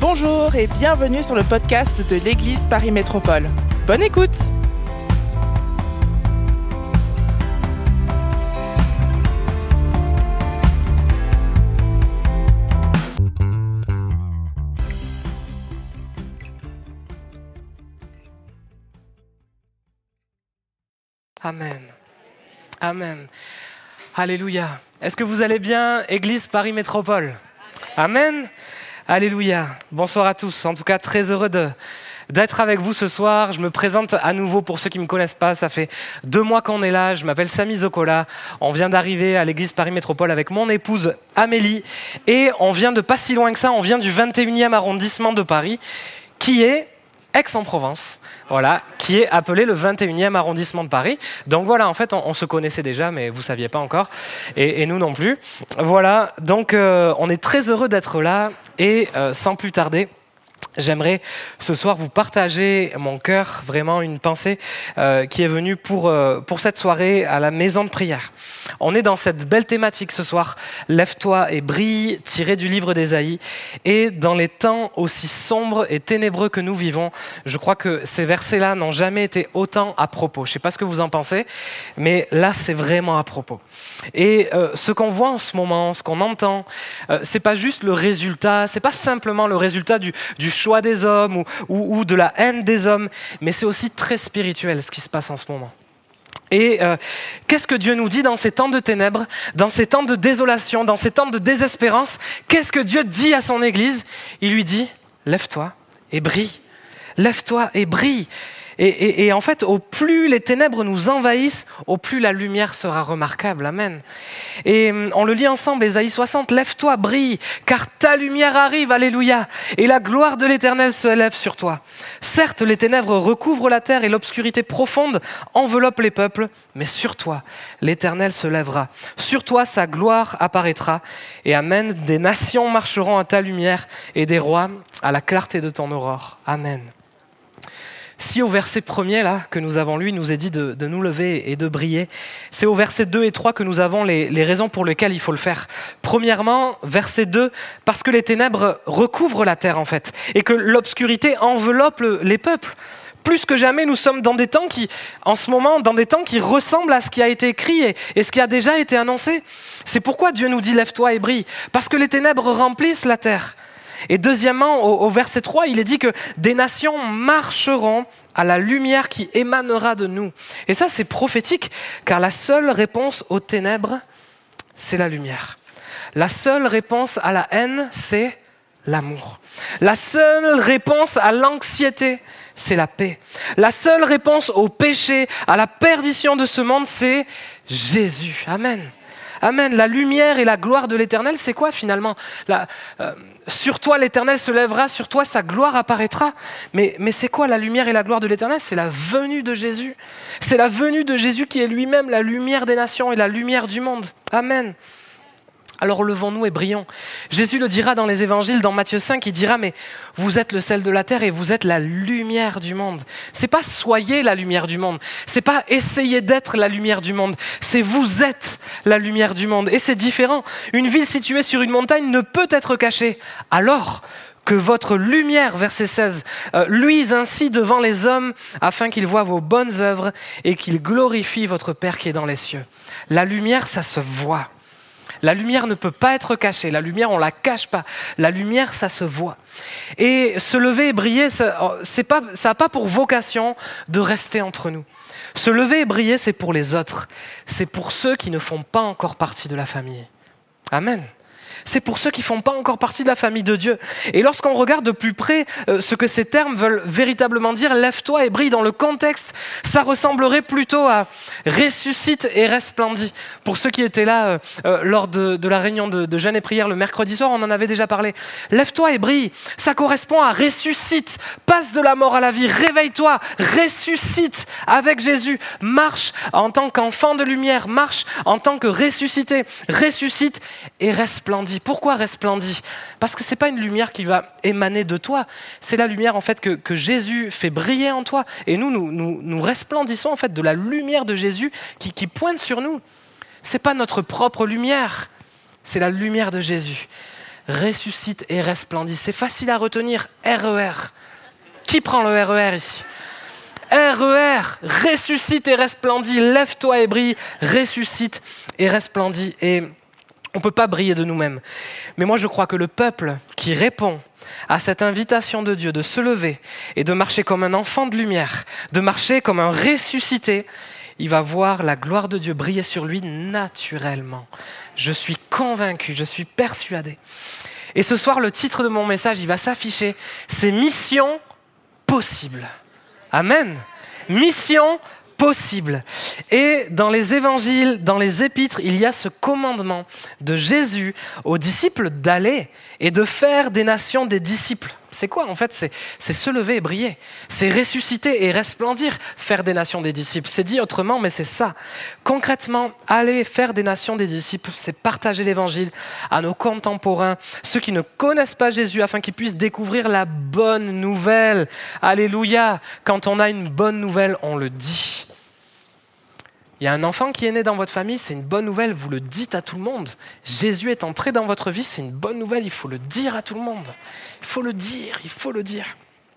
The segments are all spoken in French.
Bonjour et bienvenue sur le podcast de l'Église Paris Métropole. Bonne écoute! Amen. Amen. Alléluia. Est-ce que vous allez bien, Église Paris Métropole? Amen. Alléluia. Bonsoir à tous. En tout cas, très heureux d'être avec vous ce soir. Je me présente à nouveau pour ceux qui ne me connaissent pas. Ça fait 2 mois qu'on est là. Je m'appelle Samy Zokola. On vient d'arriver à l'église Paris Métropole avec mon épouse Amélie. Et on vient de pas si loin que ça. On vient du 21e arrondissement de Paris, qui est Aix-en-Provence. Voilà, qui est appelé le 21e arrondissement de Paris. Donc voilà, en fait, on se connaissait déjà, mais vous ne saviez pas encore, et nous non plus. Voilà, donc on est très heureux d'être là, et sans plus tarder, j'aimerais ce soir vous partager mon cœur, vraiment une pensée qui est venue pour cette soirée à la maison de prière. On est dans cette belle thématique ce soir, Lève-toi et brille, tiré du livre d'Ésaïe. Et dans les temps aussi sombres et ténébreux que nous vivons, je crois que ces versets-là n'ont jamais été autant à propos. Je ne sais pas ce que vous en pensez, mais là c'est vraiment à propos. Et ce qu'on voit en ce moment, ce qu'on entend, c'est pas juste le résultat, c'est pas simplement le résultat du choix des hommes ou de la haine des hommes, mais c'est aussi très spirituel ce qui se passe en ce moment. Et qu'est-ce que Dieu nous dit dans ces temps de ténèbres, dans ces temps de désolation, dans ces temps de désespérance? Qu'est-ce que Dieu dit à son Église? Il lui dit, lève-toi et brille. Lève-toi et brille. Et en fait, au plus les ténèbres nous envahissent, au plus la lumière sera remarquable. Amen. Et on le lit ensemble, Ésaïe 60, « Lève-toi, brille, car ta lumière arrive, alléluia, et la gloire de l'Éternel se élève sur toi. Certes, les ténèbres recouvrent la terre et l'obscurité profonde enveloppe les peuples, mais sur toi, l'Éternel se lèvera. Sur toi, sa gloire apparaîtra, et amen, des nations marcheront à ta lumière, et des rois à la clarté de ton aurore. Amen. » Si au verset 1er là, que nous avons lu, il nous est dit de nous lever et de briller, c'est au verset 2 et 3 que nous avons les raisons pour lesquelles il faut le faire. Premièrement, verset 2, parce que les ténèbres recouvrent la terre en fait, et que l'obscurité enveloppe les peuples. Plus que jamais, nous sommes dans des temps qui ressemblent à ce qui a été écrit et ce qui a déjà été annoncé. C'est pourquoi Dieu nous dit « Lève-toi et brille », parce que les ténèbres remplissent la terre. Et deuxièmement, au verset 3, il est dit que des nations marcheront à la lumière qui émanera de nous. Et ça, c'est prophétique, car la seule réponse aux ténèbres, c'est la lumière. La seule réponse à la haine, c'est l'amour. La seule réponse à l'anxiété, c'est la paix. La seule réponse au péché, à la perdition de ce monde, c'est Jésus. Amen. Amen. La lumière et la gloire de l'Éternel, c'est quoi finalement? Sur toi, l'Éternel se lèvera, sur toi, sa gloire apparaîtra. Mais c'est quoi la lumière et la gloire de l'Éternel? C'est la venue de Jésus. C'est la venue de Jésus qui est lui-même la lumière des nations et la lumière du monde. Amen. Alors levons-nous et brillons. Jésus le dira dans les évangiles, dans Matthieu 5, il dira « Mais vous êtes le sel de la terre et vous êtes la lumière du monde. » C'est pas « soyez la lumière du monde ». C'est pas « essayez d'être la lumière du monde ». C'est « vous êtes la lumière du monde ». Et c'est différent. Une ville située sur une montagne ne peut être cachée. Alors que votre lumière, verset 16, luise ainsi devant les hommes afin qu'ils voient vos bonnes œuvres et qu'ils glorifient votre Père qui est dans les cieux. La lumière, ça se voit. La lumière ne peut pas être cachée. La lumière, on la cache pas. La lumière, ça se voit. Et se lever et briller, ça n'a pas pour vocation de rester entre nous. Se lever et briller, c'est pour les autres. C'est pour ceux qui ne font pas encore partie de la famille. Amen. C'est pour ceux qui ne font pas encore partie de la famille de Dieu. Et lorsqu'on regarde de plus près ce que ces termes veulent véritablement dire, lève-toi et brille dans le contexte, ça ressemblerait plutôt à ressuscite et resplendis. Pour ceux qui étaient là lors de la réunion de jeûne et prière le mercredi soir, on en avait déjà parlé. Lève-toi et brille, ça correspond à ressuscite, passe de la mort à la vie, réveille-toi, ressuscite avec Jésus, marche en tant qu'enfant de lumière, marche en tant que ressuscité, ressuscite et resplendit. Pourquoi resplendit? Parce que c'est pas une lumière qui va émaner de toi, c'est la lumière en fait que Jésus fait briller en toi. Et nous resplendissons en fait de la lumière de Jésus qui pointe sur nous. C'est pas notre propre lumière, c'est la lumière de Jésus. ressuscite et resplendit. C'est facile à retenir, RER. Qui prend le RER ici ? RER, ressuscite et resplendit, lève-toi et brille, ressuscite et resplendit. Et on ne peut pas briller de nous-mêmes. Mais moi, je crois que le peuple qui répond à cette invitation de Dieu de se lever et de marcher comme un enfant de lumière, de marcher comme un ressuscité, il va voir la gloire de Dieu briller sur lui naturellement. Je suis convaincu, je suis persuadé. Et ce soir, le titre de mon message, il va s'afficher, c'est « Mission possible ». Amen. Mission possible. Et dans les évangiles, dans les épîtres, il y a ce commandement de Jésus aux disciples d'aller et de faire des nations des disciples. C'est quoi en fait ? C'est se lever et briller. C'est ressusciter et resplendir, faire des nations des disciples. C'est dit autrement, mais c'est ça. Concrètement, aller faire des nations des disciples, c'est partager l'évangile à nos contemporains, ceux qui ne connaissent pas Jésus, afin qu'ils puissent découvrir la bonne nouvelle. Alléluia. Quand on a une bonne nouvelle, on le dit. Il y a un enfant qui est né dans votre famille, c'est une bonne nouvelle, vous le dites à tout le monde. Jésus est entré dans votre vie, c'est une bonne nouvelle, il faut le dire à tout le monde. Il faut le dire.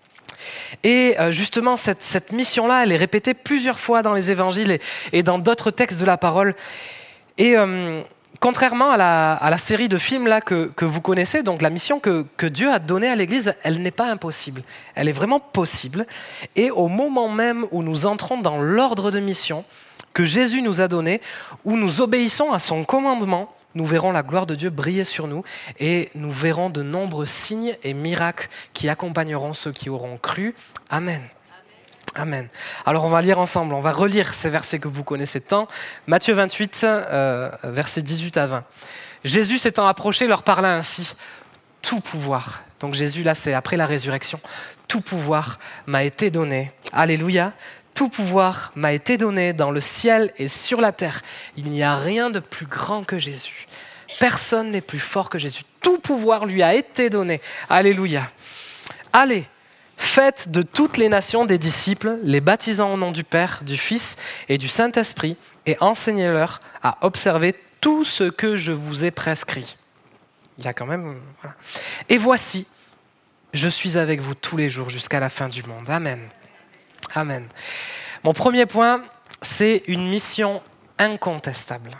Et justement, cette mission-là, elle est répétée plusieurs fois dans les évangiles et dans d'autres textes de la parole. Et contrairement à la série de films là, que vous connaissez, donc la mission que Dieu a donnée à l'Église, elle n'est pas impossible. Elle est vraiment possible. Et au moment même où nous entrons dans l'ordre de mission que Jésus nous a donné, où nous obéissons à son commandement, nous verrons la gloire de Dieu briller sur nous et nous verrons de nombreux signes et miracles qui accompagneront ceux qui auront cru. Amen. Amen. Alors on va lire ensemble, on va relire ces versets que vous connaissez tant. Matthieu 28, versets 18 à 20. Jésus s'étant approché leur parla ainsi. Tout pouvoir, donc Jésus là c'est après la résurrection, tout pouvoir m'a été donné. Alléluia. Tout pouvoir m'a été donné dans le ciel et sur la terre. Il n'y a rien de plus grand que Jésus. Personne n'est plus fort que Jésus. Tout pouvoir lui a été donné. Alléluia. Allez, faites de toutes les nations des disciples, les baptisant au nom du Père, du Fils et du Saint-Esprit, et enseignez-leur à observer tout ce que je vous ai prescrit. Il y a quand même... Voilà. Et voici, je suis avec vous tous les jours jusqu'à la fin du monde. Amen. Amen. Mon premier point, c'est une mission incontestable.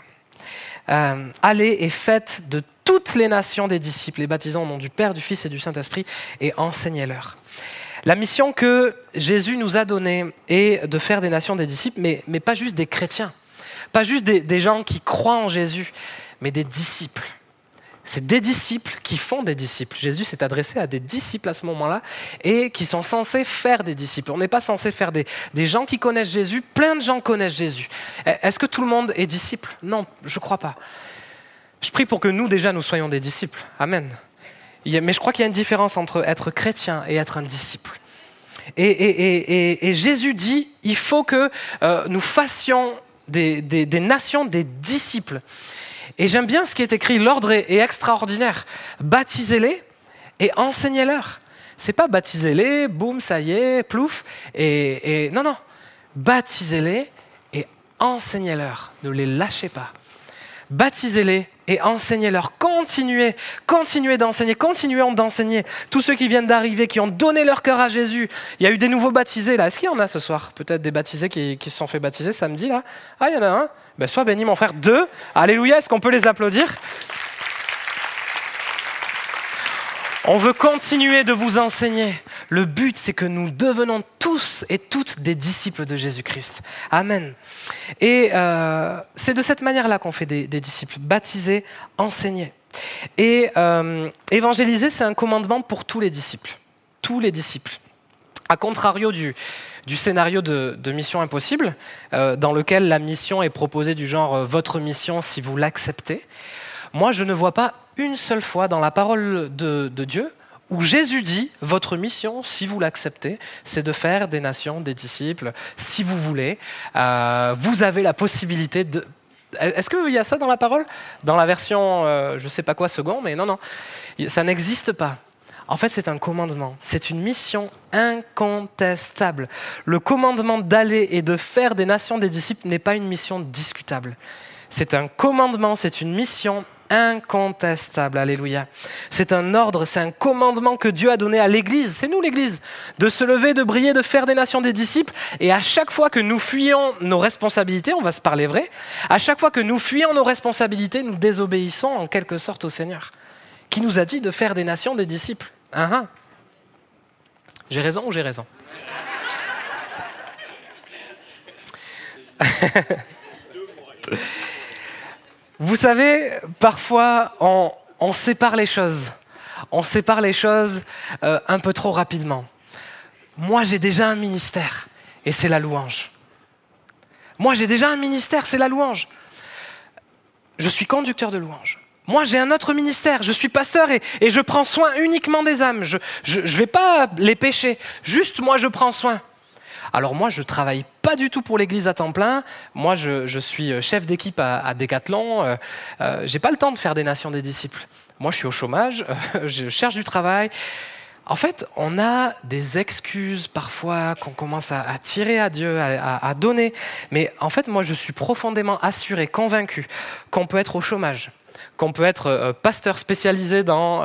Allez et faites de toutes les nations des disciples, les baptisant au nom du Père, du Fils et du Saint-Esprit, et enseignez-leur. La mission que Jésus nous a donnée est de faire des nations des disciples, mais pas juste des chrétiens, pas juste des gens qui croient en Jésus, mais des disciples. C'est des disciples qui font des disciples. Jésus s'est adressé à des disciples à ce moment-là et qui sont censés faire des disciples. On n'est pas censé faire des gens qui connaissent Jésus. Plein de gens connaissent Jésus. Est-ce que tout le monde est disciple ? Non, je ne crois pas. Je prie pour que nous, déjà, nous soyons des disciples. Amen. Mais je crois qu'il y a une différence entre être chrétien et être un disciple. Et Jésus dit, il faut que nous fassions des nations des disciples. Et j'aime bien ce qui est écrit, l'ordre est extraordinaire. Baptisez-les et enseignez-leur. C'est pas baptisez-les, boum, ça y est, plouf. Non. Baptisez-les et enseignez-leur. Ne les lâchez pas. Baptisez-les et enseignez-leur. Continuez d'enseigner, continuons d'enseigner. Tous ceux qui viennent d'arriver, qui ont donné leur cœur à Jésus. Il y a eu des nouveaux baptisés là. Est-ce qu'il y en a ce soir ? Peut-être des baptisés qui se sont fait baptiser samedi là. Ah, il y en a un. Ben, sois béni mon frère. 2. Alléluia, est-ce qu'on peut les applaudir ? On veut continuer de vous enseigner. Le but, c'est que nous devenons tous et toutes des disciples de Jésus-Christ. Amen. Et c'est de cette manière-là qu'on fait des disciples. Baptiser, enseigner. Et évangéliser, c'est un commandement pour tous les disciples. Tous les disciples. À contrario du scénario de Mission Impossible, dans lequel la mission est proposée du genre « votre mission si vous l'acceptez », moi je ne vois pas une seule fois dans la parole de Dieu où Jésus dit « votre mission, si vous l'acceptez, c'est de faire des nations, des disciples, si vous voulez, vous avez la possibilité de... » Est-ce qu'il y a ça dans la parole ? Dans la version, je ne sais pas quoi, second, mais non, ça n'existe pas. En fait, c'est un commandement, c'est une mission incontestable. Le commandement d'aller et de faire des nations des disciples n'est pas une mission discutable. C'est un commandement, c'est une mission incontestable. Alléluia. C'est un ordre, c'est un commandement que Dieu a donné à l'Église, c'est nous l'Église, de se lever, de briller, de faire des nations des disciples. Et à chaque fois que nous fuyons nos responsabilités, on va se parler vrai, à chaque fois que nous fuyons nos responsabilités, nous désobéissons en quelque sorte au Seigneur, qui nous a dit de faire des nations des disciples. J'ai raison ou j'ai raison? Vous savez, parfois, on sépare les choses. On sépare les choses un peu trop rapidement. Moi, j'ai déjà un ministère, et c'est la louange. Moi, j'ai déjà un ministère, c'est la louange. Je suis conducteur de louange. Moi, j'ai un autre ministère, je suis pasteur et je prends soin uniquement des âmes. Je ne vais pas les pécher, juste moi, je prends soin. Alors moi, je ne travaille pas du tout pour l'église à temps plein. Moi, je suis chef d'équipe à Decathlon. Je n'ai pas le temps de faire des nations des disciples. Moi, je suis au chômage, je cherche du travail. En fait, on a des excuses parfois qu'on commence à tirer à Dieu, à donner. Mais en fait, moi, je suis profondément assuré, convaincu qu'on peut être au chômage, qu'on peut être pasteur spécialisé dans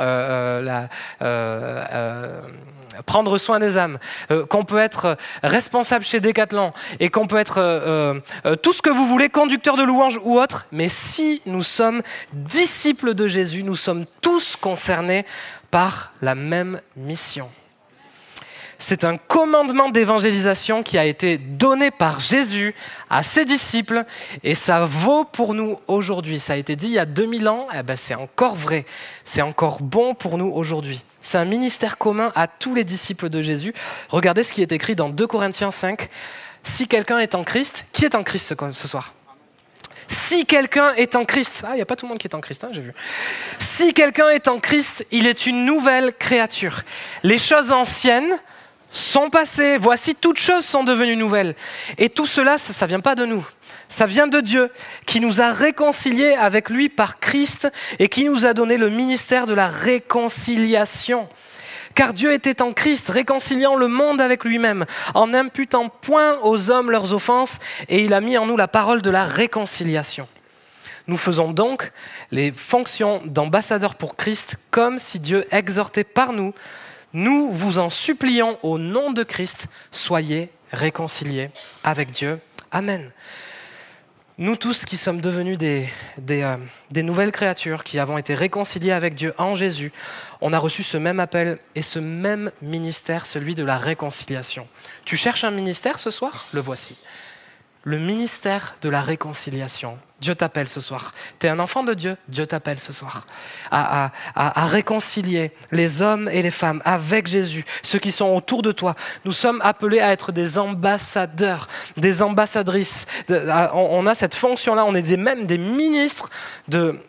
prendre soin des âmes, qu'on peut être responsable chez Decathlon et qu'on peut être tout ce que vous voulez, conducteur de louange ou autre. Mais si nous sommes disciples de Jésus, nous sommes tous concernés par la même mission. C'est un commandement d'évangélisation qui a été donné par Jésus à ses disciples et ça vaut pour nous aujourd'hui. Ça a été dit il y a 2000 ans, c'est encore vrai, c'est encore bon pour nous aujourd'hui. C'est un ministère commun à tous les disciples de Jésus. Regardez ce qui est écrit dans 2 Corinthiens 5. Si quelqu'un est en Christ, qui est en Christ ce soir ? Si quelqu'un est en Christ, il n'y a pas tout le monde qui est en Christ, j'ai vu. Si quelqu'un est en Christ, il est une nouvelle créature. Les choses anciennes sont passées, voici toutes choses sont devenues nouvelles. Et tout cela, ça ne vient pas de nous. Ça vient de Dieu qui nous a réconciliés avec lui par Christ et qui nous a donné le ministère de la réconciliation. Car Dieu était en Christ, réconciliant le monde avec lui-même, en n'imputant point aux hommes leurs offenses, et il a mis en nous la parole de la réconciliation. Nous faisons donc les fonctions d'ambassadeurs pour Christ, comme si Dieu exhortait par nous. Nous vous en supplions au nom de Christ, soyez réconciliés avec Dieu. Amen. Nous tous qui sommes devenus des nouvelles créatures, qui avons été réconciliés avec Dieu en Jésus, on a reçu ce même appel et ce même ministère, celui de la réconciliation. Tu cherches un ministère ce soir ? Le voici. Le ministère de la réconciliation. Dieu t'appelle ce soir. Tu es un enfant de Dieu, Dieu t'appelle ce soir à réconcilier les hommes et les femmes avec Jésus, ceux qui sont autour de toi. Nous sommes appelés à être des ambassadeurs, des ambassadrices. On a cette fonction-là, on est même des ministres de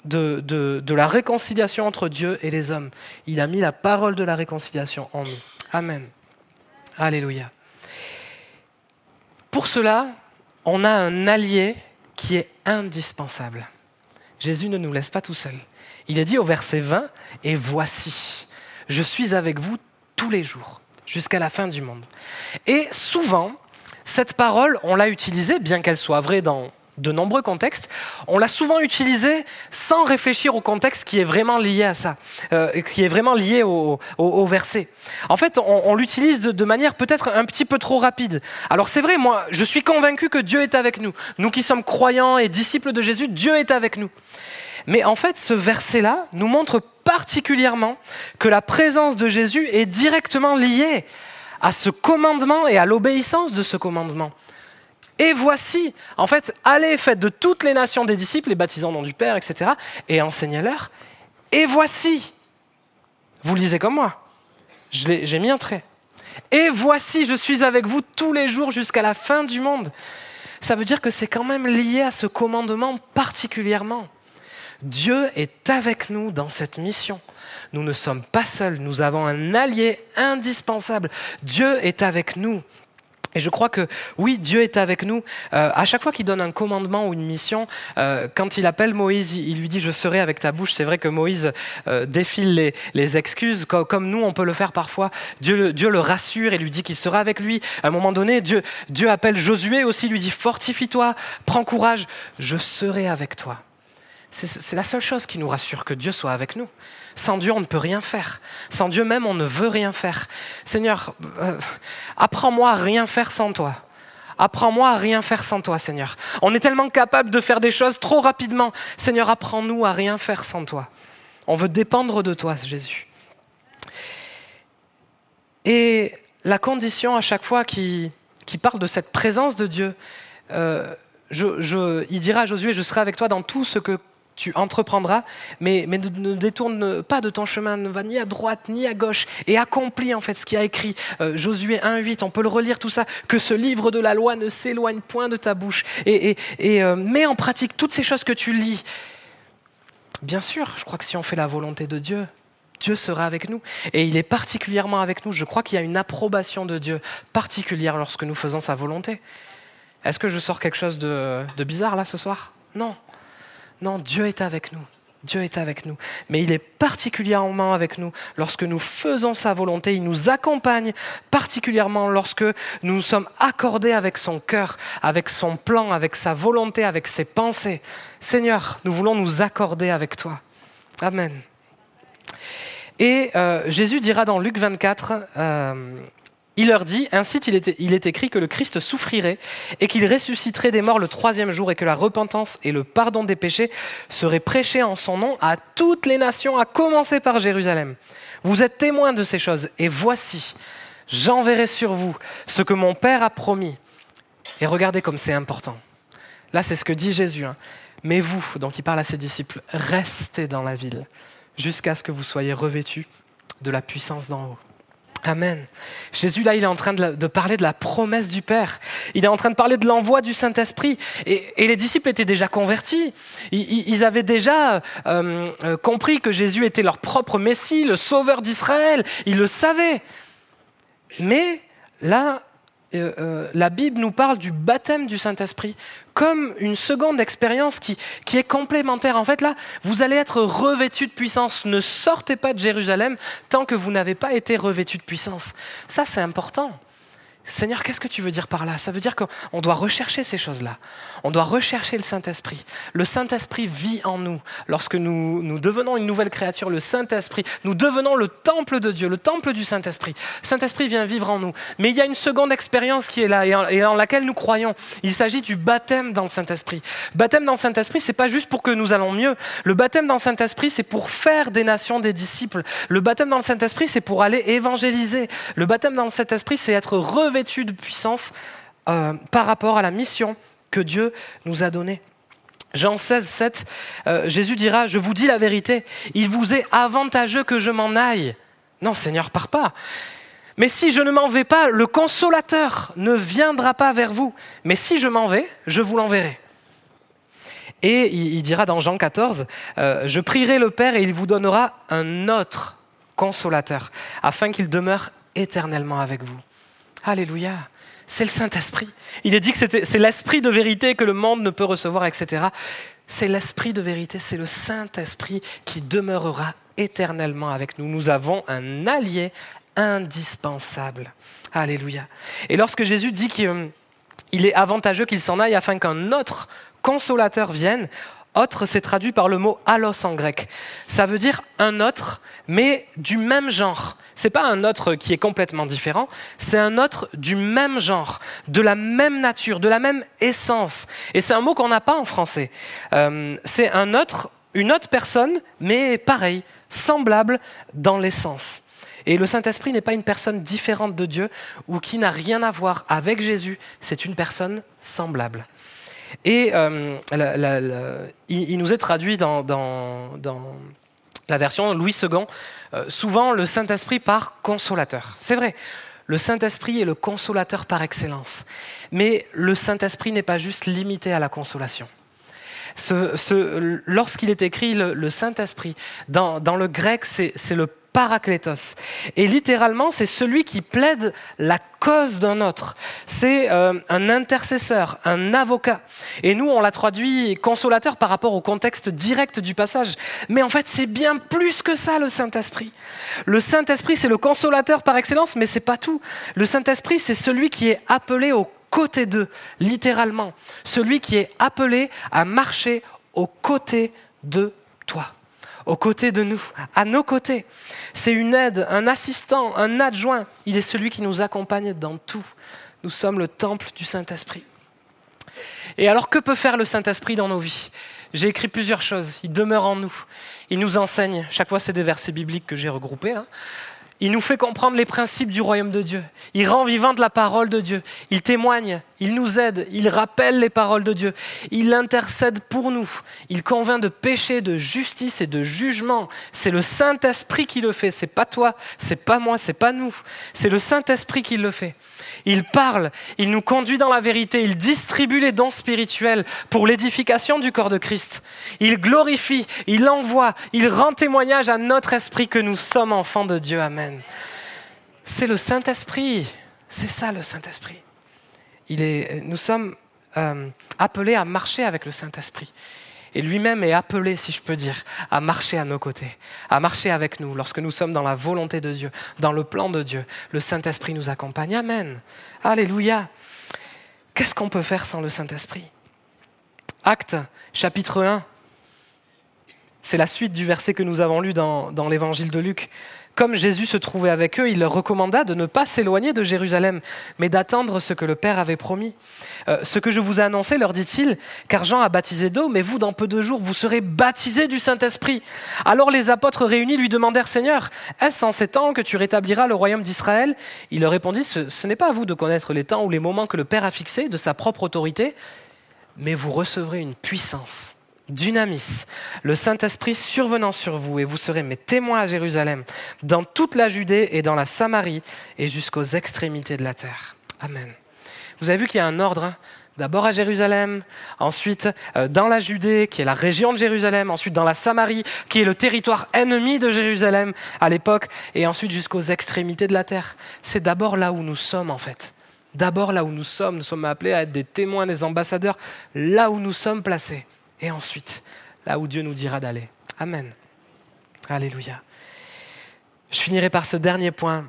la réconciliation entre Dieu et les hommes. Il a mis la parole de la réconciliation en nous. Amen. Alléluia. Pour cela, on a un allié qui est indispensable. Jésus ne nous laisse pas tout seuls. Il est dit au verset 20, « Et voici, je suis avec vous tous les jours, jusqu'à la fin du monde. » Et souvent, cette parole, on l'a utilisée, bien qu'elle soit vraie dans de nombreux contextes, on l'a souvent utilisée sans réfléchir au contexte qui est vraiment lié à ça, qui est vraiment lié au verset. En fait, on l'utilise de manière peut-être un petit peu trop rapide. Alors c'est vrai, moi, je suis convaincu que Dieu est avec nous. Nous qui sommes croyants et disciples de Jésus, Dieu est avec nous. Mais en fait, ce verset-là nous montre particulièrement que la présence de Jésus est directement liée à ce commandement et à l'obéissance de ce commandement. Et voici, en fait, allez, faites de toutes les nations des disciples, les baptisant au nom du Père, etc., et enseignez-leur. Et voici, vous lisez comme moi, j'ai mis un trait. Et voici, je suis avec vous tous les jours jusqu'à la fin du monde. Ça veut dire que c'est quand même lié à ce commandement particulièrement. Dieu est avec nous dans cette mission. Nous ne sommes pas seuls, nous avons un allié indispensable. Dieu est avec nous. Et je crois que oui, Dieu est avec nous. À chaque fois qu'il donne un commandement ou une mission, quand il appelle Moïse, il lui dit « je serai avec ta bouche ». C'est vrai que Moïse défile les excuses, comme nous on peut le faire parfois. Dieu le rassure et lui dit qu'il sera avec lui. À un moment donné, Dieu appelle Josué aussi, lui dit « fortifie-toi, prends courage, je serai avec toi ». C'est la seule chose qui nous rassure, que Dieu soit avec nous. Sans Dieu, on ne peut rien faire. Sans Dieu même, on ne veut rien faire. Seigneur, apprends-moi à rien faire sans toi. Apprends-moi à rien faire sans toi, Seigneur. On est tellement capable de faire des choses trop rapidement. Seigneur, apprends-nous à rien faire sans toi. On veut dépendre de toi, Jésus. Et la condition à chaque fois qui parle de cette présence de Dieu, il dira à Josué, je serai avec toi dans tout ce que tu entreprendras, mais ne détourne pas de ton chemin, ne va ni à droite ni à gauche, et accomplis en fait ce qui a écrit. Josué 1,8, on peut le relire tout ça, que ce livre de la loi ne s'éloigne point de ta bouche, et mets en pratique toutes ces choses que tu lis. Bien sûr, je crois que si on fait la volonté de Dieu, Dieu sera avec nous, et il est particulièrement avec nous. Je crois qu'il y a une approbation de Dieu particulière lorsque nous faisons sa volonté. Est-ce que je sors quelque chose de bizarre là ce soir ? Non. Non, Dieu est avec nous. Dieu est avec nous. Mais il est particulièrement avec nous lorsque nous faisons sa volonté. Il nous accompagne particulièrement lorsque nous sommes accordés avec son cœur, avec son plan, avec sa volonté, avec ses pensées. Seigneur, nous voulons nous accorder avec toi. Amen. Et Jésus dira dans Luc 24... il leur dit, ainsi il est écrit que le Christ souffrirait et qu'il ressusciterait des morts le 3e jour et que la repentance et le pardon des péchés seraient prêchés en son nom à toutes les nations, à commencer par Jérusalem. Vous êtes témoins de ces choses et voici, j'enverrai sur vous ce que mon Père a promis. Et regardez comme c'est important. Là, c'est ce que dit Jésus. Mais vous, donc il parle à ses disciples, restez dans la ville jusqu'à ce que vous soyez revêtus de la puissance d'en haut. Amen. Jésus, là, il est en train de parler de la promesse du Père. Il est en train de parler de l'envoi du Saint-Esprit. Et les disciples étaient déjà convertis. Ils avaient déjà compris que Jésus était leur propre Messie, le Sauveur d'Israël. Ils le savaient. Mais là, la Bible nous parle du baptême du Saint-Esprit comme une seconde expérience qui est complémentaire. En fait, là, vous allez être revêtus de puissance. Ne sortez pas de Jérusalem tant que vous n'avez pas été revêtus de puissance. Ça, c'est important. Seigneur, qu'est-ce que tu veux dire par là ? Ça veut dire qu'on doit rechercher ces choses-là. On doit rechercher le Saint-Esprit. Le Saint-Esprit vit en nous. Lorsque nous devenons une nouvelle créature, le Saint-Esprit, nous devenons le temple de Dieu, le temple du Saint-Esprit. Le Saint-Esprit vient vivre en nous. Mais il y a une seconde expérience qui est là et en laquelle nous croyons. Il s'agit du baptême dans le Saint-Esprit. Baptême dans le Saint-Esprit, c'est pas juste pour que nous allons mieux. Le baptême dans le Saint-Esprit, c'est pour faire des nations des disciples. Le baptême dans le Saint-Esprit, c'est pour aller évangéliser. Le baptême dans le Saint-Esprit, c'est être revêtu de puissance par rapport à la mission que Dieu nous a donnée. Jean 16, 7, Jésus dira, je vous dis la vérité, il vous est avantageux que je m'en aille. Non, Seigneur, pars pas. Mais si je ne m'en vais pas, le Consolateur ne viendra pas vers vous. Mais si je m'en vais, je vous l'enverrai. Et il dira dans Jean 14, je prierai le Père et il vous donnera un autre Consolateur, afin qu'il demeure éternellement avec vous. Alléluia, c'est le Saint-Esprit. Il est dit que c'est l'Esprit de vérité que le monde ne peut recevoir, etc. C'est l'Esprit de vérité, c'est le Saint-Esprit qui demeurera éternellement avec nous. Nous avons un allié indispensable. Alléluia. Et lorsque Jésus dit qu'il est avantageux qu'il s'en aille afin qu'un autre consolateur vienne, autre, c'est traduit par le mot allos en grec. Ça veut dire un autre, mais du même genre. C'est pas un autre qui est complètement différent, c'est un autre du même genre, de la même nature, de la même essence. Et c'est un mot qu'on n'a pas en français. C'est un autre, une autre personne, mais pareil, semblable dans l'essence. Et le Saint-Esprit n'est pas une personne différente de Dieu ou qui n'a rien à voir avec Jésus, c'est une personne semblable. Et il nous est traduit dans la version Louis II, souvent le Saint-Esprit par consolateur. C'est vrai, le Saint-Esprit est le consolateur par excellence. Mais le Saint-Esprit n'est pas juste limité à la consolation. Lorsqu'il est écrit le Saint-Esprit, dans le grec, c'est le paraklétos. Et littéralement, c'est celui qui plaide la cause d'un autre. C'est un intercesseur, un avocat. Et nous, on l'a traduit consolateur par rapport au contexte direct du passage. Mais en fait, c'est bien plus que ça, le Saint-Esprit. Le Saint-Esprit, c'est le consolateur par excellence, mais c'est pas tout. Le Saint-Esprit, c'est celui qui est appelé aux côtés d'eux, littéralement. Celui qui est appelé à marcher aux côtés de toi, aux côtés de nous, à nos côtés. C'est une aide, un assistant, un adjoint. Il est celui qui nous accompagne dans tout. Nous sommes le temple du Saint-Esprit. Et alors, que peut faire le Saint-Esprit dans nos vies ? J'ai écrit plusieurs choses. Il demeure en nous. Il nous enseigne. Chaque fois, c'est des versets bibliques que j'ai regroupés. Il nous fait comprendre les principes du royaume de Dieu. Il rend vivante la parole de Dieu. Il témoigne, il nous aide, il rappelle les paroles de Dieu. Il intercède pour nous. Il convainc de péché, de justice et de jugement. C'est le Saint-Esprit qui le fait. C'est pas toi, c'est pas moi, c'est pas nous. C'est le Saint-Esprit qui le fait. Il parle, il nous conduit dans la vérité, il distribue les dons spirituels pour l'édification du corps de Christ. Il glorifie, il envoie, il rend témoignage à notre esprit que nous sommes enfants de Dieu. Amen. C'est le Saint-Esprit, c'est ça le Saint-Esprit. Nous sommes appelés à marcher avec le Saint-Esprit. Et lui-même est appelé, si je peux dire, à marcher à nos côtés, à marcher avec nous. Lorsque nous sommes dans la volonté de Dieu, dans le plan de Dieu, le Saint-Esprit nous accompagne. Amen. Alléluia. Qu'est-ce qu'on peut faire sans le Saint-Esprit ? Actes, chapitre 1. C'est la suite du verset que nous avons lu dans l'évangile de Luc. Comme Jésus se trouvait avec eux, il leur recommanda de ne pas s'éloigner de Jérusalem, mais d'attendre ce que le Père avait promis. Ce que je vous ai annoncé, leur dit-il, car Jean a baptisé d'eau, mais vous, dans peu de jours, vous serez baptisés du Saint-Esprit. Alors les apôtres réunis lui demandèrent, Seigneur, est-ce en ces temps que tu rétabliras le royaume d'Israël ? Il leur répondit, ce n'est pas à vous de connaître les temps ou les moments que le Père a fixés de sa propre autorité, mais vous recevrez une puissance. Dunamis, le Saint-Esprit survenant sur vous, et vous serez mes témoins à Jérusalem, dans toute la Judée et dans la Samarie, et jusqu'aux extrémités de la terre. Amen. Vous avez vu qu'il y a un ordre, d'abord à Jérusalem, ensuite dans la Judée, qui est la région de Jérusalem, ensuite dans la Samarie, qui est le territoire ennemi de Jérusalem à l'époque, et ensuite jusqu'aux extrémités de la terre. C'est d'abord là où nous sommes en fait. D'abord là où nous sommes appelés à être des témoins, des ambassadeurs, là où nous sommes placés. Et ensuite, là où Dieu nous dira d'aller. Amen. Alléluia. Je finirai par ce dernier point.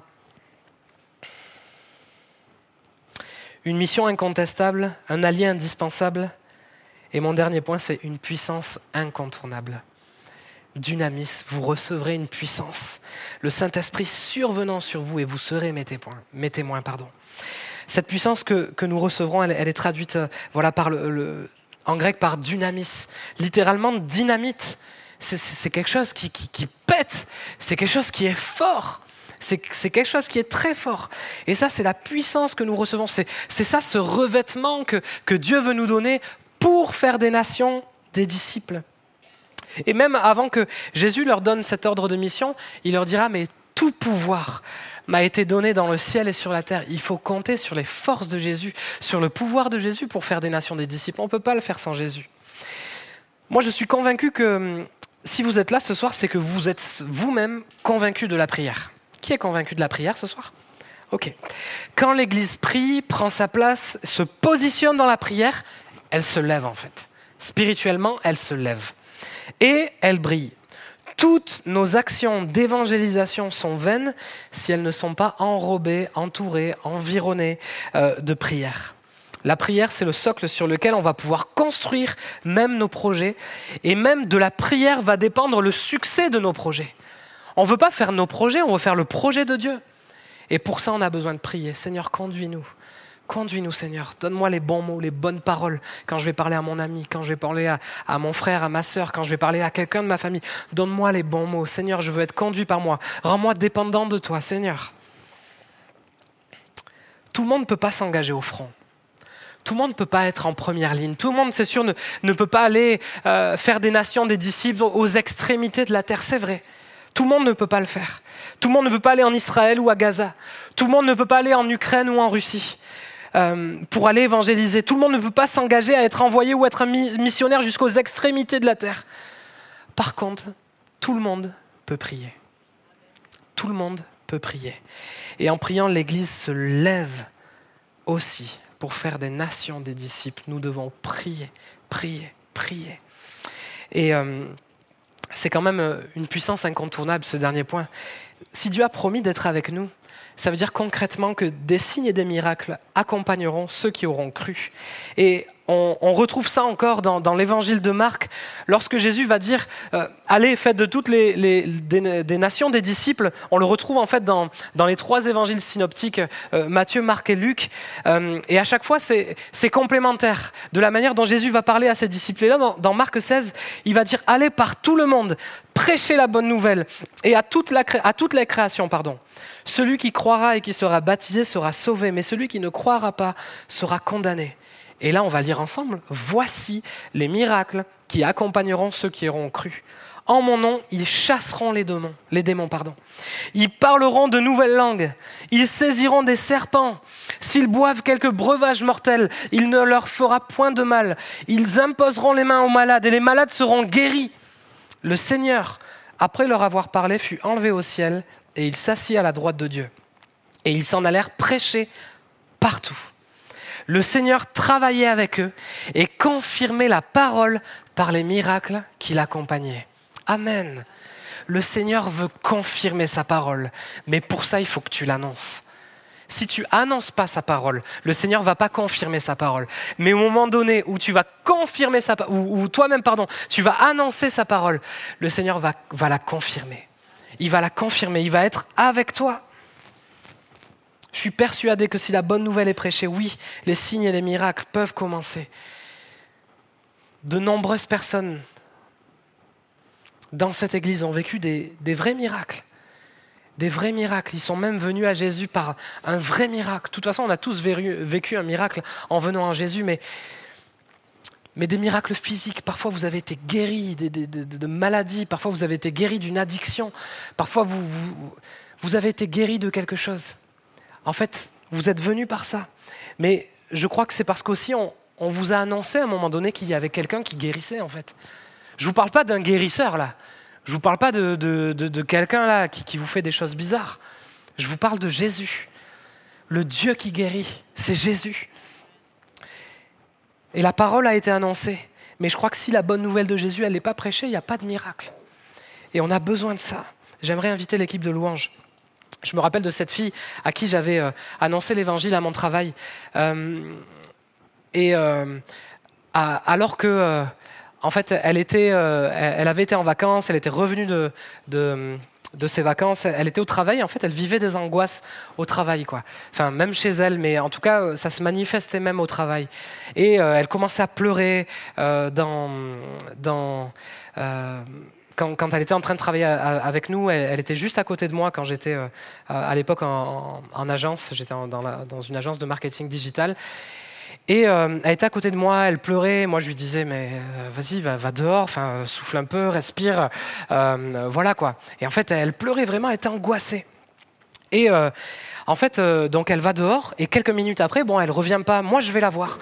Une mission incontestable, un allié indispensable. Et mon dernier point, c'est une puissance incontournable. Dunamis, vous recevrez une puissance. Le Saint-Esprit survenant sur vous et vous serez mes témoins. Cette puissance que nous recevrons, elle est traduite par en grec par dunamis, littéralement dynamite. C'est quelque chose qui pète, c'est quelque chose qui est fort, c'est quelque chose qui est très fort. Et ça, c'est la puissance que nous recevons, c'est ça ce revêtement que Dieu veut nous donner pour faire des nations des disciples. Et même avant que Jésus leur donne cet ordre de mission, il leur dira, mais tout pouvoir m'a été donné dans le ciel et sur la terre. Il faut compter sur les forces de Jésus, sur le pouvoir de Jésus pour faire des nations des disciples. On ne peut pas le faire sans Jésus. Moi, je suis convaincu que si vous êtes là ce soir, c'est que vous êtes vous-même convaincu de la prière. Qui est convaincu de la prière ce soir ? Ok. Quand l'Église prie, prend sa place, se positionne dans la prière, elle se lève en fait. Spirituellement, elle se lève. Et elle brille. Toutes nos actions d'évangélisation sont vaines si elles ne sont pas enrobées, entourées, environnées de prière. La prière, c'est le socle sur lequel on va pouvoir construire même nos projets. Et même de la prière va dépendre le succès de nos projets. On ne veut pas faire nos projets, on veut faire le projet de Dieu. Et pour ça, on a besoin de prier. Seigneur, conduis-nous. Conduis-nous, Seigneur. Donne-moi les bons mots, les bonnes paroles. Quand je vais parler à mon ami, quand je vais parler à mon frère, à ma sœur, quand je vais parler à quelqu'un de ma famille, donne-moi les bons mots. Seigneur, je veux être conduit par moi. Rends-moi dépendant de toi, Seigneur. Tout le monde ne peut pas s'engager au front. Tout le monde ne peut pas être en première ligne. Tout le monde, c'est sûr, ne peut pas aller faire des nations, des disciples aux extrémités de la terre. C'est vrai. Tout le monde ne peut pas le faire. Tout le monde ne peut pas aller en Israël ou à Gaza. Tout le monde ne peut pas aller en Ukraine ou en Russie. Pour aller évangéliser. Tout le monde ne peut pas s'engager à être envoyé ou être un missionnaire jusqu'aux extrémités de la terre. Par contre, tout le monde peut prier. Tout le monde peut prier. Et en priant, l'Église se lève aussi pour faire des nations des disciples. Nous devons prier, prier, prier. Et c'est quand même une puissance incontournable, ce dernier point. Si Dieu a promis d'être avec nous, ça veut dire concrètement que des signes et des miracles accompagneront ceux qui auront cru. Et on retrouve ça encore dans l'évangile de Marc, lorsque Jésus va dire « Allez, faites de toutes des nations des disciples ». On le retrouve en fait dans les 3 évangiles synoptiques, Matthieu, Marc et Luc. Et à chaque fois, c'est complémentaire de la manière dont Jésus va parler à ses disciples. Et là, dans Marc 16, il va dire « Allez par tout le monde, prêchez la bonne nouvelle et à toute la création. Celui qui croira et qui sera baptisé sera sauvé, mais celui qui ne croira pas sera condamné. » Et là, on va lire ensemble. « Voici les miracles qui accompagneront ceux qui auront cru. En mon nom, ils chasseront les démons. Ils parleront de nouvelles langues. Ils saisiront des serpents. S'ils boivent quelques breuvages mortels, il ne leur fera point de mal. Ils imposeront les mains aux malades et les malades seront guéris. » Le Seigneur, après leur avoir parlé, fut enlevé au ciel et il s'assit à la droite de Dieu. Et ils s'en allèrent prêcher partout. Le Seigneur travaillait avec eux et confirmait la parole par les miracles qui l'accompagnaient. Amen. Le Seigneur veut confirmer sa parole, mais pour ça, il faut que tu l'annonces. Si tu annonces pas sa parole, le Seigneur va pas confirmer sa parole. Mais au moment donné où tu vas confirmer ou toi-même, tu vas annoncer sa parole, le Seigneur va la confirmer. Il va la confirmer, il va être avec toi. Je suis persuadé que si la bonne nouvelle est prêchée, oui, les signes et les miracles peuvent commencer. De nombreuses personnes dans cette église ont vécu des vrais miracles. Des vrais miracles. Ils sont même venus à Jésus par un vrai miracle. De toute façon, on a tous vécu un miracle en venant à Jésus, mais des miracles physiques. Parfois, vous avez été guéris de maladies. Parfois, vous avez été guéris d'une addiction. Parfois, vous avez été guéris de quelque chose. En fait, vous êtes venus par ça. Mais je crois que c'est parce qu'aussi, on vous a annoncé à un moment donné qu'il y avait quelqu'un qui guérissait, en fait. Je ne vous parle pas d'un guérisseur, là. Je ne vous parle pas de quelqu'un, là, qui vous fait des choses bizarres. Je vous parle de Jésus. Le Dieu qui guérit, c'est Jésus. Et la parole a été annoncée. Mais je crois que si la bonne nouvelle de Jésus, elle n'est pas prêchée, il n'y a pas de miracle. Et on a besoin de ça. J'aimerais inviter l'équipe de louanges. Je me rappelle de cette fille à qui j'avais annoncé l'évangile à mon travail. Alors que, en fait, elle avait été en vacances, elle était revenue de ses vacances, elle était au travail, en fait, elle vivait des angoisses au travail, quoi. Enfin, même chez elle, mais en tout cas, ça se manifestait même au travail. Et elle commençait à pleurer quand elle était en train de travailler avec nous, elle était juste à côté de moi quand j'étais à l'époque en agence. J'étais dans une agence de marketing digital. Et elle était à côté de moi, elle pleurait. Moi, je lui disais, mais vas-y, va dehors, souffle un peu, respire. Voilà quoi. Et en fait, elle pleurait vraiment, elle était angoissée. Et en fait, donc elle va dehors et quelques minutes après, elle revient pas. Moi, je vais la voir.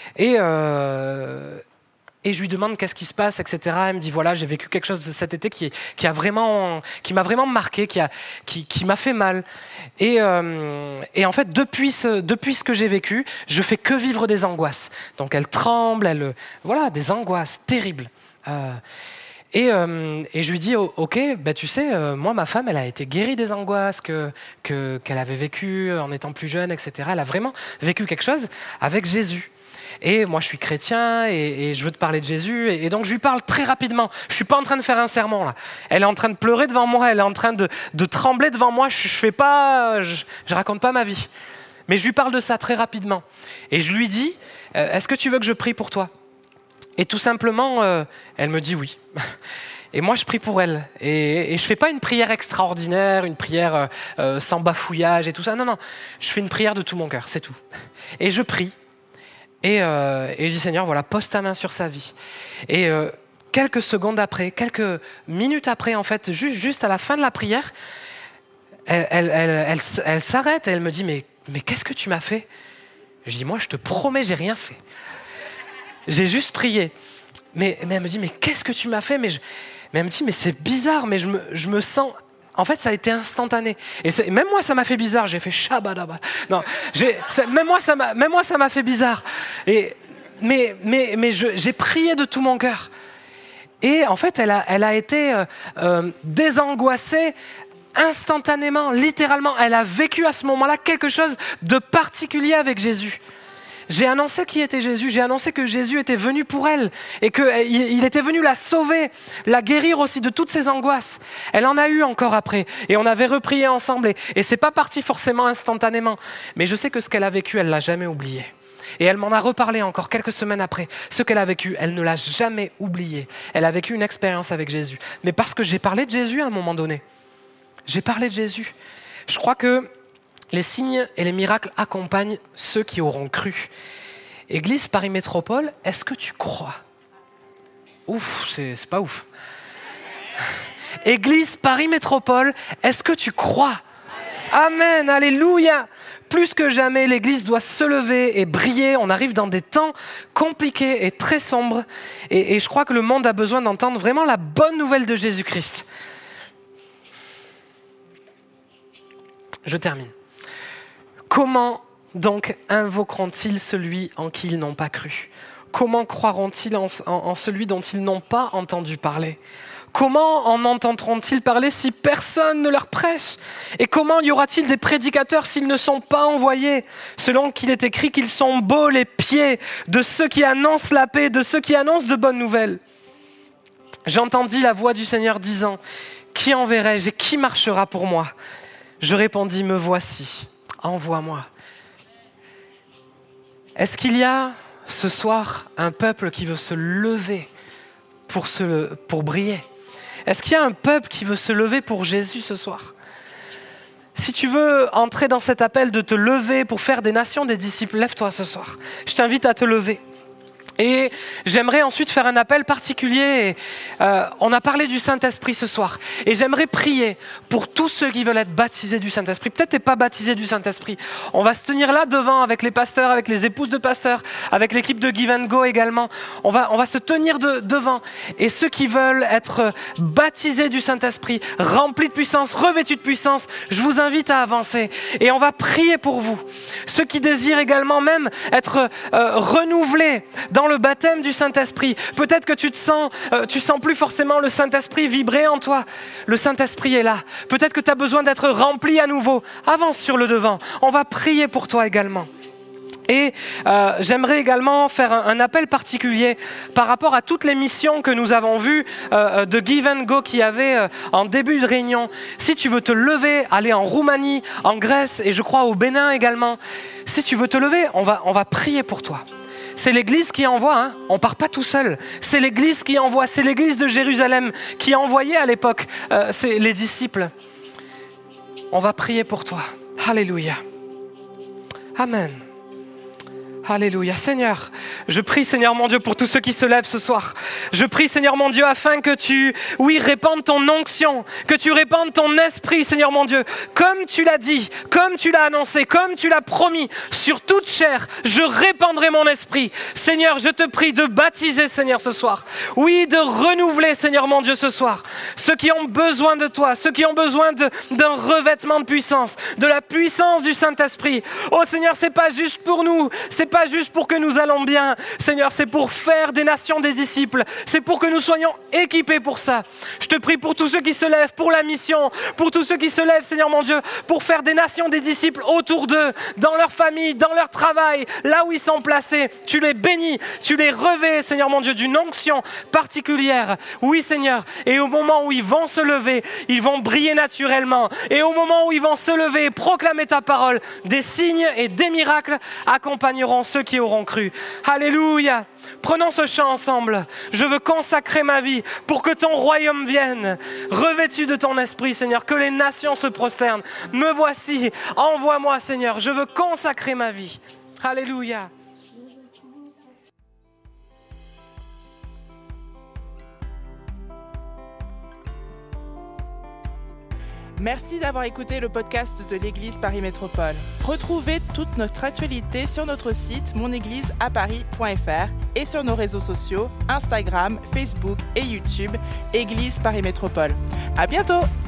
Et je lui demande qu'est-ce qui se passe, etc. Elle me dit voilà, j'ai vécu quelque chose de cet été qui m'a vraiment marqué, qui m'a fait mal. Et en fait, depuis ce que j'ai vécu, je fais que vivre des angoisses. Donc elle tremble, des angoisses terribles. Et je lui dis ok, tu sais, moi ma femme, elle a été guérie des angoisses qu'elle avait vécues en étant plus jeune, etc. Elle a vraiment vécu quelque chose avec Jésus. Et moi, je suis chrétien et je veux te parler de Jésus. Et donc, je lui parle très rapidement. Je ne suis pas en train de faire un sermon, là. Elle est en train de pleurer devant moi. Elle est en train de trembler devant moi. Je raconte pas ma vie. Mais je lui parle de ça très rapidement. Et je lui dis, est-ce que tu veux que je prie pour toi ? Et tout simplement, elle me dit oui. Et moi, je prie pour elle. Et je ne fais pas une prière extraordinaire, une prière sans bafouillage et tout ça. Non. Je fais une prière de tout mon cœur, c'est tout. Et je prie. Et je dis, Seigneur, voilà, pose ta main sur sa vie. Et quelques secondes après, quelques minutes après, en fait, juste à la fin de la prière, elle s'arrête et elle me dit, mais qu'est-ce que tu m'as fait ? Je dis, moi, je te promets, j'ai rien fait. J'ai juste prié. Mais elle me dit, mais qu'est-ce que tu m'as fait ? Mais elle me dit, mais c'est bizarre, mais je me sens... En fait, ça a été instantané. Et même moi, ça m'a fait bizarre. J'ai fait shabadaba. Non, même moi, ça m'a fait bizarre. Mais j'ai prié de tout mon cœur. Et en fait, elle a été désangoissée instantanément, littéralement. Elle a vécu à ce moment-là quelque chose de particulier avec Jésus. J'ai annoncé qui était Jésus, j'ai annoncé que Jésus était venu pour elle et qu'il était venu la sauver, la guérir aussi de toutes ses angoisses. Elle en a eu encore après et on avait reprié ensemble et c'est pas parti forcément instantanément. Mais je sais que ce qu'elle a vécu, elle l'a jamais oublié. Et elle m'en a reparlé encore quelques semaines après. Ce qu'elle a vécu, elle ne l'a jamais oublié. Elle a vécu une expérience avec Jésus. Mais parce que j'ai parlé de Jésus à un moment donné. J'ai parlé de Jésus. Je crois que les signes et les miracles accompagnent ceux qui auront cru. Église Paris Métropole, est-ce que tu crois ? Ouf, c'est pas ouf. Église Paris Métropole, est-ce que tu crois ? Amen, alléluia. Plus que jamais, l'Église doit se lever et briller. On arrive dans des temps compliqués et très sombres. Et je crois que le monde a besoin d'entendre vraiment la bonne nouvelle de Jésus-Christ. Je termine. Comment donc invoqueront-ils celui en qui ils n'ont pas cru ? Comment croiront-ils en celui dont ils n'ont pas entendu parler ? Comment en entendront-ils parler si personne ne leur prêche ? Et comment y aura-t-il des prédicateurs s'ils ne sont pas envoyés ? Selon qu'il est écrit qu'ils sont beaux les pieds de ceux qui annoncent la paix, de ceux qui annoncent de bonnes nouvelles. J'entendis la voix du Seigneur disant : qui enverrai-je et qui marchera pour moi ? Je répondis : me voici, envoie-moi. Est-ce qu'il y a ce soir un peuple qui veut se lever pour briller ? Est-ce qu'il y a un peuple qui veut se lever pour Jésus ce soir ? Si tu veux entrer dans cet appel de te lever pour faire des nations des disciples, lève-toi ce soir. Je t'invite à te lever. Et j'aimerais ensuite faire un appel particulier. On a parlé du Saint-Esprit ce soir. Et j'aimerais prier pour tous ceux qui veulent être baptisés du Saint-Esprit. Peut-être t'es pas baptisé du Saint-Esprit. On va se tenir là devant avec les pasteurs, avec les épouses de pasteurs, avec l'équipe de Give and Go également. On va se tenir devant. Et ceux qui veulent être baptisés du Saint-Esprit, remplis de puissance, revêtus de puissance, je vous invite à avancer. Et on va prier pour vous. Ceux qui désirent également même être renouvelés dans le baptême du Saint-Esprit. Peut-être que tu sens plus forcément le Saint-Esprit vibrer en toi. Le Saint-Esprit est là. Peut-être que tu as besoin d'être rempli à nouveau. Avance sur le devant. On va prier pour toi également. Et j'aimerais également faire un appel particulier par rapport à toutes les missions que nous avons vues de Give and Go qu'il y avait en début de réunion. Si tu veux te lever, aller en Roumanie, en Grèce et je crois au Bénin également. Si tu veux te lever, on va prier pour toi. C'est l'Église qui envoie, hein. On part pas tout seul. C'est l'Église qui envoie, c'est l'Église de Jérusalem qui a envoyé à l'époque les disciples. On va prier pour toi. Alléluia. Amen. Alléluia. Seigneur, je prie, Seigneur mon Dieu, pour tous ceux qui se lèvent ce soir. Je prie, Seigneur mon Dieu, afin que tu, répandes ton onction, que tu répandes ton esprit, Seigneur mon Dieu, comme tu l'as dit, comme tu l'as annoncé, comme tu l'as promis, sur toute chair, je répandrai mon esprit. Seigneur, je te prie de baptiser, Seigneur, ce soir. Oui, de renouveler, Seigneur mon Dieu, ce soir. Ceux qui ont besoin de toi, ceux qui ont besoin d'un revêtement de puissance, de la puissance du Saint-Esprit. Oh Seigneur, c'est pas juste pour nous, c'est pas juste pour que nous allons bien, Seigneur, c'est pour faire des nations des disciples, c'est pour que nous soyons équipés pour ça. Je te prie pour tous ceux qui se lèvent, pour la mission, pour tous ceux qui se lèvent, Seigneur mon Dieu, pour faire des nations des disciples autour d'eux, dans leur famille, dans leur travail, là où ils sont placés. Tu les bénis, tu les revêts, Seigneur mon Dieu, d'une onction particulière. Oui, Seigneur, et au moment où ils vont se lever, ils vont briller naturellement. Et au moment où ils vont se lever et proclamer ta parole, des signes et des miracles accompagneront ceux qui auront cru. Alléluia. Prenons ce chant ensemble. Je veux consacrer ma vie pour que ton royaume vienne. Revêtu de ton esprit, Seigneur, que les nations se prosternent. Me voici, envoie-moi, Seigneur. Je veux consacrer ma vie. Alléluia. Merci d'avoir écouté le podcast de l'Église Paris Métropole. Retrouvez toute notre actualité sur notre site monégliseaparis.fr et sur nos réseaux sociaux Instagram, Facebook et YouTube, Église Paris Métropole. À bientôt!